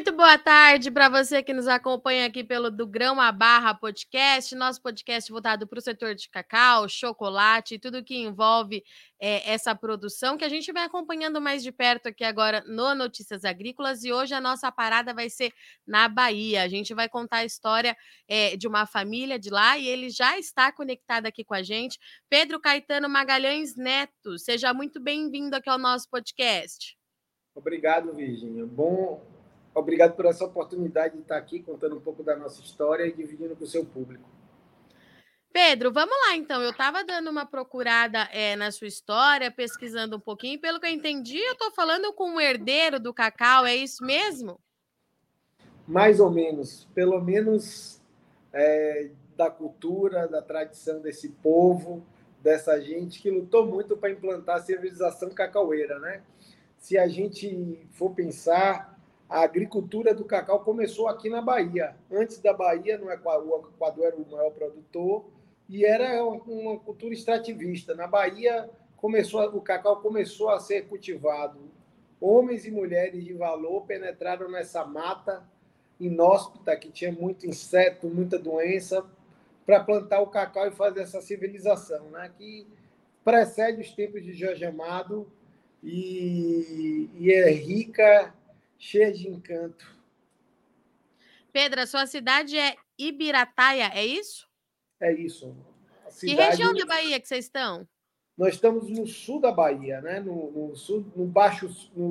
Muito boa tarde para você que nos acompanha aqui pelo Do Grão à Barra Podcast, nosso podcast voltado para o setor de cacau, chocolate e tudo que envolve essa produção, que a gente vai acompanhando mais de perto aqui agora no Notícias Agrícolas. E hoje a nossa parada vai ser na Bahia. A gente vai contar a história de uma família de lá e ele já está conectado aqui com a gente. Pedro Caetano Magalhães Neto, seja muito bem-vindo aqui ao nosso podcast. Obrigado, Virginia. Obrigado por essa oportunidade de estar aqui contando um pouco da nossa história e dividindo com o seu público. Pedro, vamos lá então. Eu estava dando uma procurada na sua história, pesquisando um pouquinho. Pelo que eu entendi, eu estou falando com um herdeiro do cacau, é isso mesmo? Mais ou menos, pelo menos da cultura, da tradição desse povo, dessa gente que lutou muito para implantar a civilização cacaueira, né? Se a gente for pensar, a agricultura do cacau começou aqui na Bahia. Antes da Bahia, o Equador era o maior produtor e era uma cultura extrativista. Na Bahia, o cacau começou a ser cultivado. Homens e mulheres de valor penetraram nessa mata inóspita, que tinha muito inseto, muita doença, para plantar o cacau e fazer essa civilização, né? Que precede os tempos de Jorge Amado e é rica, cheia de encanto. Pedro, a sua cidade é Ibirataia, é isso? É isso. Que região da Bahia que vocês estão? Nós estamos no sul da Bahia, né? No sul, no Baixo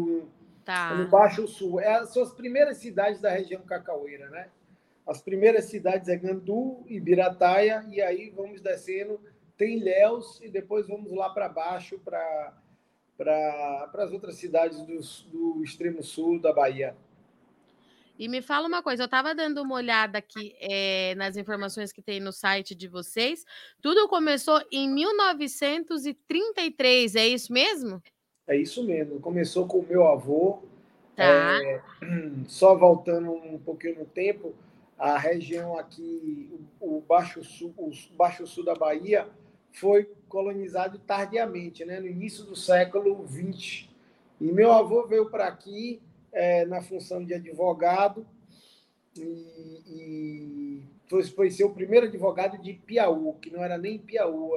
Sul. São as primeiras cidades da região cacaueira, né? As primeiras cidades é Gandu, Ibirataia, e aí vamos descendo, tem Ilhéus, e depois vamos lá para baixo, para as outras cidades do extremo sul da Bahia. E me fala uma coisa, eu estava dando uma olhada aqui nas informações que tem no site de vocês. Tudo começou em 1933, é isso mesmo? É isso mesmo. Começou com o meu avô. Tá. Só voltando um pouquinho no tempo, a região aqui, o Baixo Sul da Bahia, foi colonizado tardiamente, né? No início do século XX. E meu avô veio para aqui na função de advogado e foi ser o primeiro advogado de Piauí, que não era nem Piauí,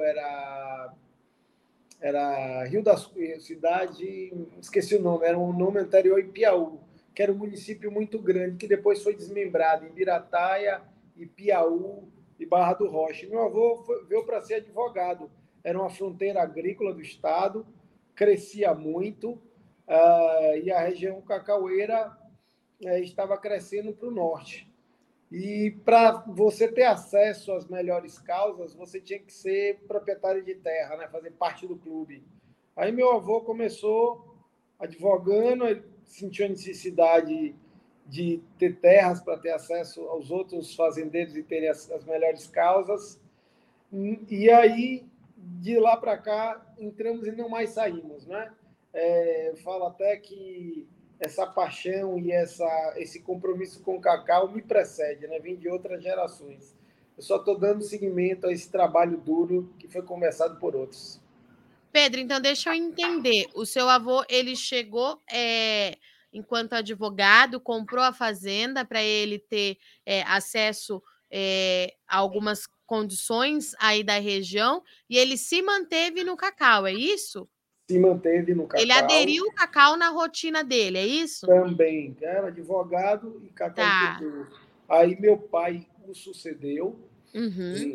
era Rio das cidade, esqueci o nome, era um nome anterior em Piauí, que era um município muito grande, que depois foi desmembrado em Birataia, e Piauí e Barra do Rocha. Meu avô veio para ser advogado, era uma fronteira agrícola do estado, crescia muito, e a região cacaueira estava crescendo para o norte. E para você ter acesso às melhores causas, você tinha que ser proprietário de terra, né? Fazer parte do clube. Aí meu avô começou advogando, ele sentiu a necessidade de ter terras para ter acesso aos outros fazendeiros e terem as melhores causas. E aí, de lá para cá, entramos e não mais saímos, né? Falo até que essa paixão e esse compromisso com o cacau me precede, né? Vem de outras gerações. Eu só estou dando seguimento a esse trabalho duro que foi começado por outros. Pedro, então deixa eu entender. O seu avô, ele chegou enquanto advogado, comprou a fazenda para ele ter acesso a algumas condições aí da região e ele se manteve no cacau, é isso? Se manteve no Ele cacau. aderiu o cacau na rotina dele, é isso? Também era advogado e Tá. cacauicultor. Aí meu pai o sucedeu, Uhum.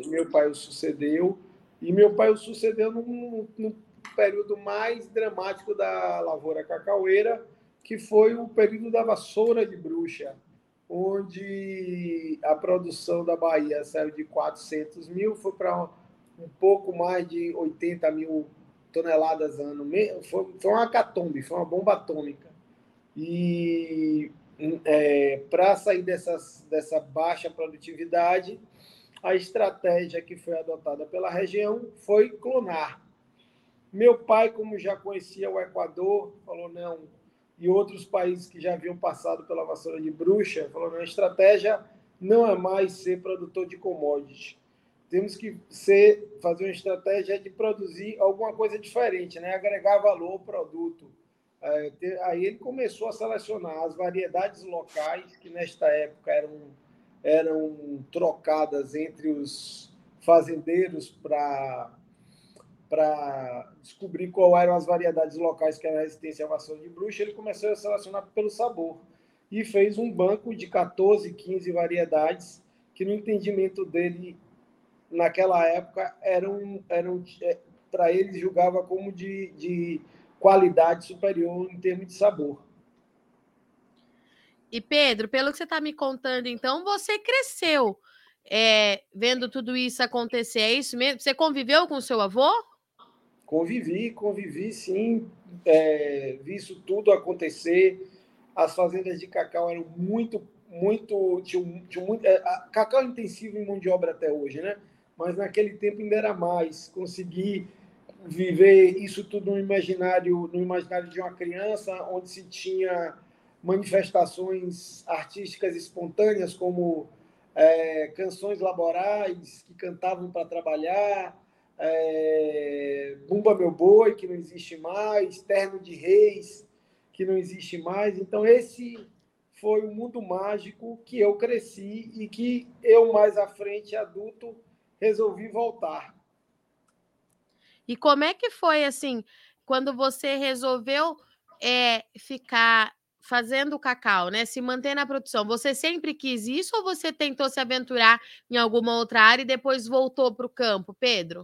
e meu pai o sucedeu num período mais dramático da lavoura cacaueira, que foi o período da vassoura de bruxa, onde a produção da Bahia saiu de 400 mil, foi para um pouco mais de 80 mil toneladas ano. Foi uma catombe, foi uma bomba atômica. E para sair dessa baixa produtividade, a estratégia que foi adotada pela região foi clonar. Meu pai, como já conhecia o Equador, falou não, e outros países que já haviam passado pela vassoura de bruxa, falou não, a estratégia não é mais ser produtor de commodities. Temos que fazer uma estratégia de produzir alguma coisa diferente, né? Agregar valor ao produto. Aí ele começou a selecionar as variedades locais, que nesta época eram trocadas entre os fazendeiros para descobrir qual eram as variedades locais que eram resistentes à vacina de bruxa. Ele começou a selecionar pelo sabor e fez um banco de 14, 15 variedades que, no entendimento dele, naquela época, eram para ele, julgava como de qualidade superior em termos de sabor. E, Pedro, pelo que você está me contando, então, você cresceu vendo tudo isso acontecer, é isso mesmo? Você conviveu com o seu avô? Convivi sim, vi isso tudo acontecer. As fazendas de cacau eram tinham muito, cacau intensivo em mão de obra até hoje, né? Mas naquele tempo ainda era mais. Consegui viver isso tudo no imaginário de uma criança, onde se tinha manifestações artísticas espontâneas, como canções laborais que cantavam para trabalhar, Bumba Meu Boi, que não existe mais, Terno de Reis, que não existe mais. Então, esse foi o mundo mágico que eu cresci e que eu, mais à frente, adulto, resolvi voltar. E como é que foi, assim, quando você resolveu ficar fazendo o cacau, né? Se manter na produção. Você sempre quis isso ou você tentou se aventurar em alguma outra área e depois voltou para o campo, Pedro?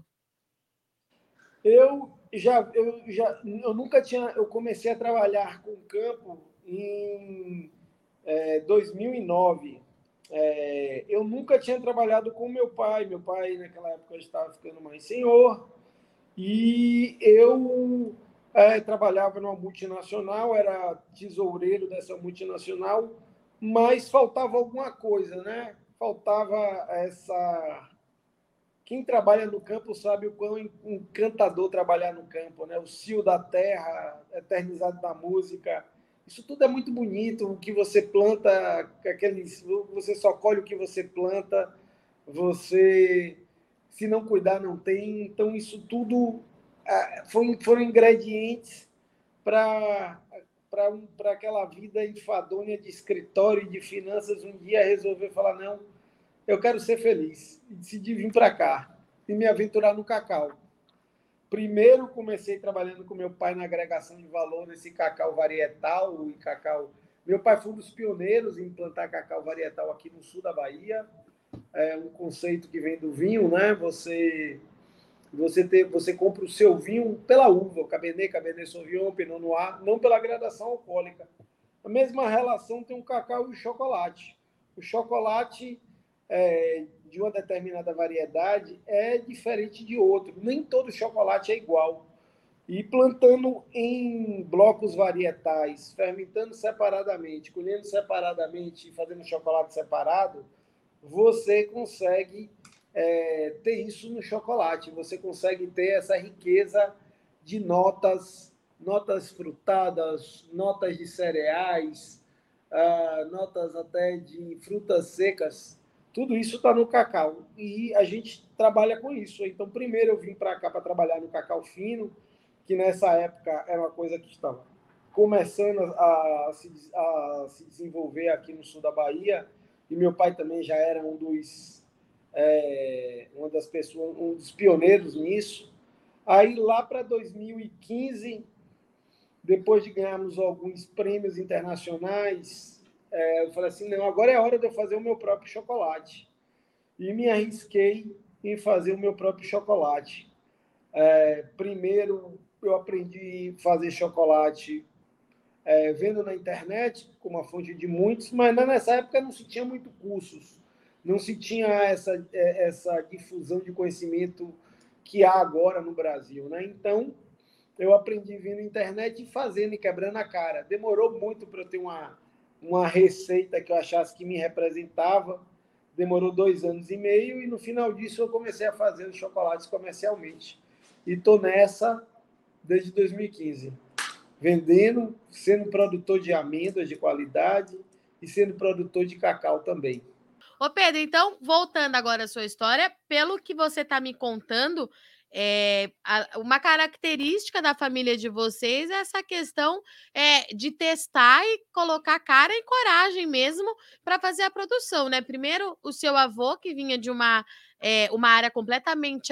Eu nunca tinha. Eu comecei a trabalhar com o campo em 2009. Eu nunca tinha trabalhado com meu pai. Meu pai, naquela época, estava ficando mais senhor. E eu trabalhava numa multinacional, era tesoureiro dessa multinacional, mas faltava alguma coisa, né? Faltava essa. Quem trabalha no campo sabe o quão encantador trabalhar no campo, né? O cio da terra, eternizado da música. Isso tudo é muito bonito. O que você planta, você só colhe o que você planta. Você, se não cuidar, não tem. Então, isso tudo foram ingredientes para para aquela vida enfadonha de escritório e de finanças. Um dia resolver falar: não, eu quero ser feliz. E decidi vir para cá e me aventurar no cacau. Primeiro comecei trabalhando com meu pai na agregação de valor nesse cacau varietal e cacau. Meu pai foi um dos pioneiros em implantar cacau varietal aqui no sul da Bahia. É um conceito que vem do vinho, né? Você compra o seu vinho pela uva, o Cabernet Sauvignon, Pinot Noir, não pela gradação alcoólica. A mesma relação tem o cacau e o chocolate. O chocolate de uma determinada variedade é diferente de outro. Nem todo chocolate é igual. E plantando em blocos varietais, fermentando separadamente, colhendo separadamente e fazendo chocolate separado, você consegue ter isso no chocolate. Você consegue ter essa riqueza de notas frutadas, notas de cereais, notas até de frutas secas. Tudo isso está no cacau e a gente trabalha com isso. Então, primeiro eu vim para cá para trabalhar no cacau fino, que nessa época era uma coisa que estava começando a se desenvolver aqui no sul da Bahia, e meu pai também já era uma das pessoas, um dos pioneiros nisso. Aí lá para 2015, depois de ganharmos alguns prêmios internacionais, eu falei assim, não, agora é a hora de eu fazer o meu próprio chocolate. E me arrisquei em fazer o meu próprio chocolate. Primeiro, eu aprendi a fazer chocolate vendo na internet, como a fonte de muitos, mas nessa época não se tinha muito cursos, não se tinha essa difusão de conhecimento que há agora no Brasil, né? Então, eu aprendi vendo na internet e fazendo e quebrando a cara. Demorou muito para eu ter uma receita que eu achasse que me representava. Demorou 2 anos e meio e no final disso eu comecei a fazer os chocolates comercialmente. E estou nessa desde 2015, vendendo, sendo produtor de amêndoas de qualidade e sendo produtor de cacau também. Ô, Pedro, então, voltando agora à sua história, pelo que você está me contando, uma característica da família de vocês é essa questão de testar e colocar cara e coragem mesmo para fazer a produção, né? Primeiro, o seu avô, que vinha de uma área completamente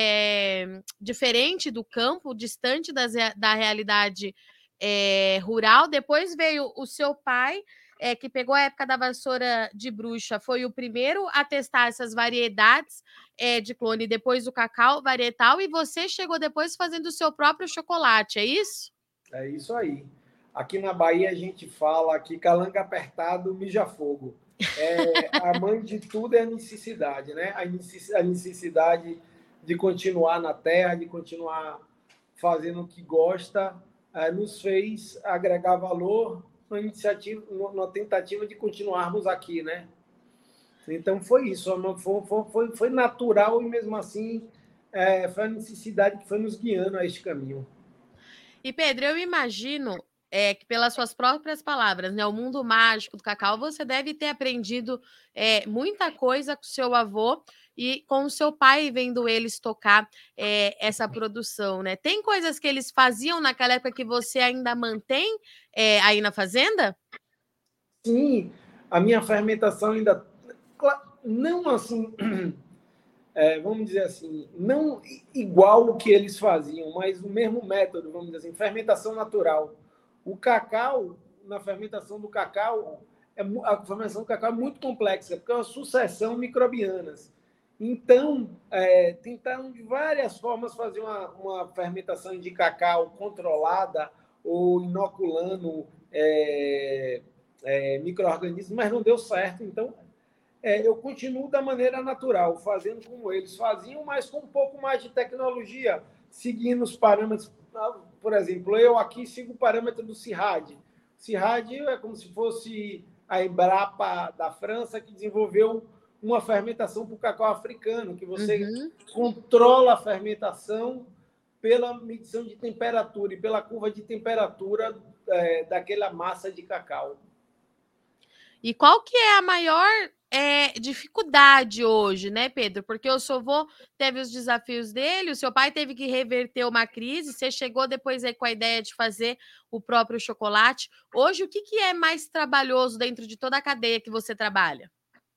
diferente do campo, distante da realidade rural. Depois veio o seu pai, que pegou a época da vassoura de bruxa, foi o primeiro a testar essas variedades de clone, depois do cacau varietal, e você chegou depois fazendo o seu próprio chocolate, é isso? É isso aí. Aqui na Bahia a gente fala que calango apertado mija fogo. A mãe de tudo é a necessidade, né? A necessidade de continuar na terra, de continuar fazendo o que gosta, nos fez agregar valor na iniciativa, na tentativa de continuarmos aqui, né? Então foi isso, foi natural e mesmo assim foi a necessidade que foi nos guiando a este caminho. E Pedro, eu imagino que pelas suas próprias palavras, né, o mundo mágico do cacau, você deve ter aprendido muita coisa com seu avô e com o seu pai, vendo eles tocar essa produção, né? Tem coisas que eles faziam naquela época que você ainda mantém aí na fazenda? Sim, a minha fermentação ainda não assim, vamos dizer assim, não igual o que eles faziam, mas o mesmo método, vamos dizer assim, fermentação natural. O cacau, na fermentação do cacau, a fermentação do cacau é muito complexa, porque é uma sucessão microbianas. Então, tentaram de várias formas fazer uma fermentação de cacau controlada ou inoculando micro-organismos, mas não deu certo. Então, eu continuo da maneira natural, fazendo como eles faziam, mas com um pouco mais de tecnologia, seguindo os parâmetros. Por exemplo, eu aqui sigo o parâmetro do CIRAD. O CIRAD é como se fosse a Embrapa da França, que desenvolveu uma fermentação para o cacau africano, que você controla a fermentação pela medição de temperatura e pela curva de temperatura daquela massa de cacau. E qual que é a maior dificuldade hoje, né, Pedro? Porque o seu avô teve os desafios dele, o seu pai teve que reverter uma crise, você chegou depois aí com a ideia de fazer o próprio chocolate. Hoje, o que é mais trabalhoso dentro de toda a cadeia que você trabalha?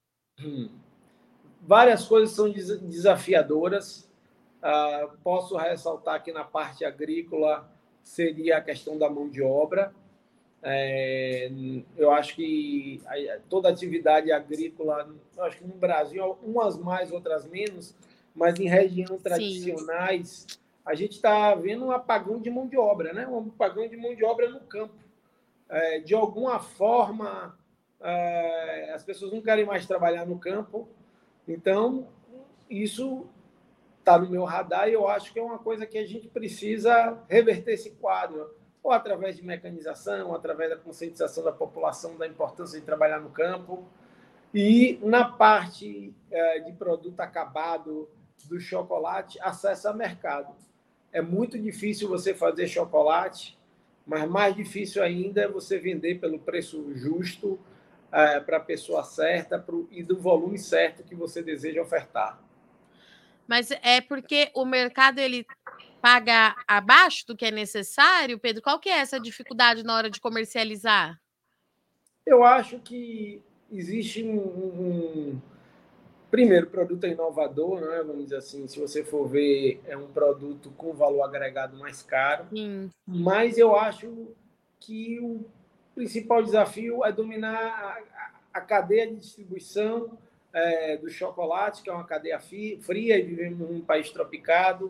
Várias coisas são desafiadoras. Posso ressaltar que na parte agrícola seria a questão da mão de obra. Eu acho que toda atividade agrícola, acho que no Brasil, umas mais, outras menos, mas em regiões tradicionais, a gente está vendo um apagão de mão de obra, né? Um apagão de mão de obra no campo. De alguma forma, as pessoas não querem mais trabalhar no campo, então isso está no meu radar e eu acho que é uma coisa que a gente precisa reverter esse quadro, ou através de mecanização, ou através da conscientização da população da importância de trabalhar no campo. E na parte de produto acabado do chocolate, acesso a mercado. É muito difícil você fazer chocolate, mas mais difícil ainda é você vender pelo preço justo para a pessoa certa e do volume certo que você deseja ofertar. Mas é porque o mercado ele paga abaixo do que é necessário, Pedro? Qual que é essa dificuldade na hora de comercializar? Eu acho que existe primeiro, produto é inovador, né? Vamos dizer assim, se você for ver, é um produto com valor agregado mais caro. Sim. Mas eu acho que o principal desafio é dominar a cadeia de distribuição do chocolate, que é uma cadeia fria e vivemos num país tropicado.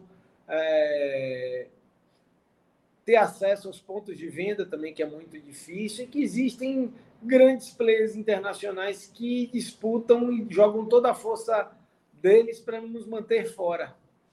Ter acesso aos pontos de venda também, que é muito difícil, e que existem grandes players internacionais que disputam e jogam toda a força deles para nos manter fora.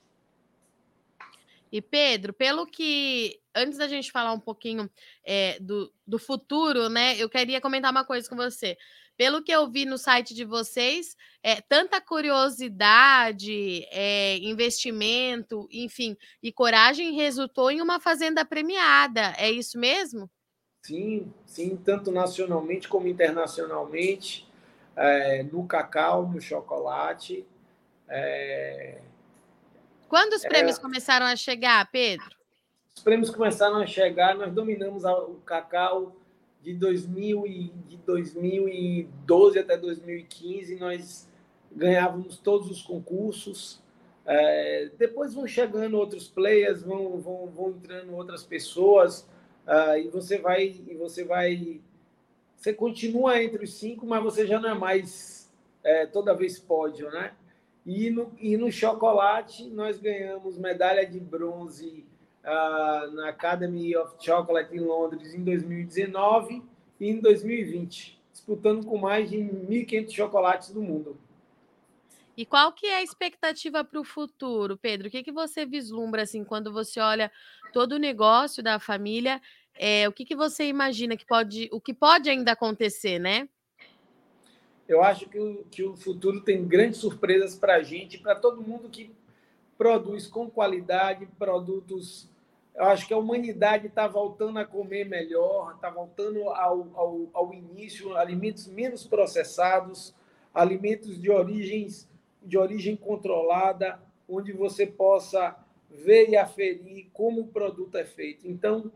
E Pedro, pelo que antes da gente falar um pouquinho do futuro, né? Eu queria comentar uma coisa com você. Pelo que eu vi no site de vocês, tanta curiosidade, investimento, enfim, e coragem resultou em uma fazenda premiada. É isso mesmo? Sim, sim, tanto nacionalmente como internacionalmente, no cacau, no chocolate. Quando os prêmios começaram a chegar, Pedro? Os prêmios começaram a chegar, nós dominamos o cacau de 2012 até 2015, nós ganhávamos todos os concursos. Depois vão chegando outros players, vão entrando outras pessoas, e você continua entre os 5, mas você já não é mais toda vez pódio, né? E no chocolate, nós ganhamos medalha de bronze na Academy of Chocolate em Londres em 2019 e em 2020, disputando com mais de 1.500 chocolates do mundo. E qual que é a expectativa para o futuro, Pedro? O que você vislumbra assim quando você olha todo o negócio da família? O que você imagina o que pode ainda acontecer, né? Eu acho que o futuro tem grandes surpresas para a gente, para todo mundo que produz com qualidade produtos. Eu acho que a humanidade está voltando a comer melhor, está voltando ao início, alimentos menos processados, alimentos de origem controlada, onde você possa ver e aferir como o produto é feito. Então,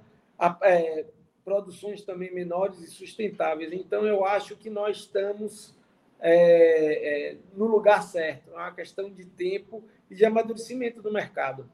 produções também menores e sustentáveis. Então, eu acho que nós estamos no lugar certo. É uma questão de tempo e de amadurecimento do mercado.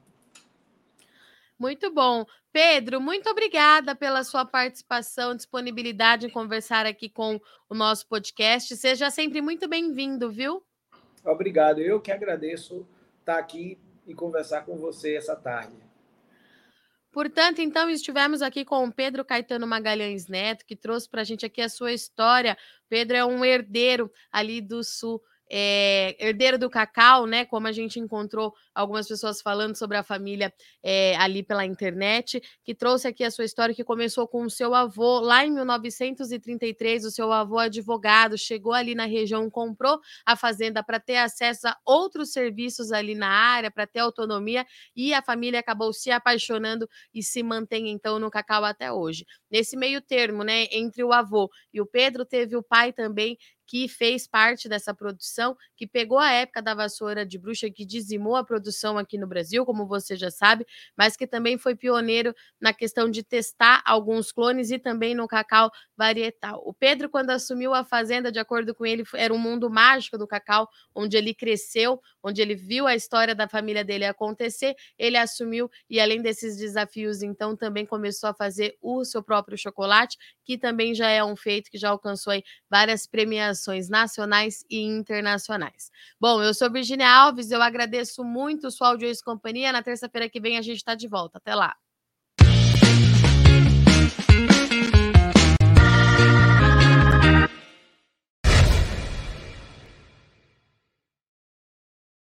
Muito bom. Pedro, muito obrigada pela sua participação, disponibilidade em conversar aqui com o nosso podcast. Seja sempre muito bem-vindo, viu? Obrigado. Eu que agradeço estar aqui e conversar com você essa tarde. Portanto, então, estivemos aqui com o Pedro Caetano Magalhães Neto, que trouxe para a gente aqui a sua história. Pedro é um herdeiro ali do Sul, herdeiro do cacau, né? Como a gente encontrou algumas pessoas falando sobre a família ali pela internet, que trouxe aqui a sua história, que começou com o seu avô lá em 1933. O seu avô advogado chegou ali na região, comprou a fazenda para ter acesso a outros serviços ali na área, para ter autonomia, e a família acabou se apaixonando e se mantém então no cacau até hoje. Nesse meio termo, né, entre o avô e o Pedro, teve o pai também, que fez parte dessa produção, que pegou a época da vassoura de bruxa, que dizimou a produção aqui no Brasil, como você já sabe, mas que também foi pioneiro na questão de testar alguns clones e também no cacau varietal. O Pedro, quando assumiu a fazenda, de acordo com ele, era um mundo mágico do cacau, onde ele cresceu, onde ele viu a história da família dele acontecer. Ele assumiu e, além desses desafios, então também começou a fazer o seu próprio chocolate, que também já é um feito que já alcançou aí várias premiações nacionais e internacionais. Bom, eu sou Virginia Alves, eu agradeço muito sua audiência e companhia. Na terça-feira que vem a gente está de volta. Até lá.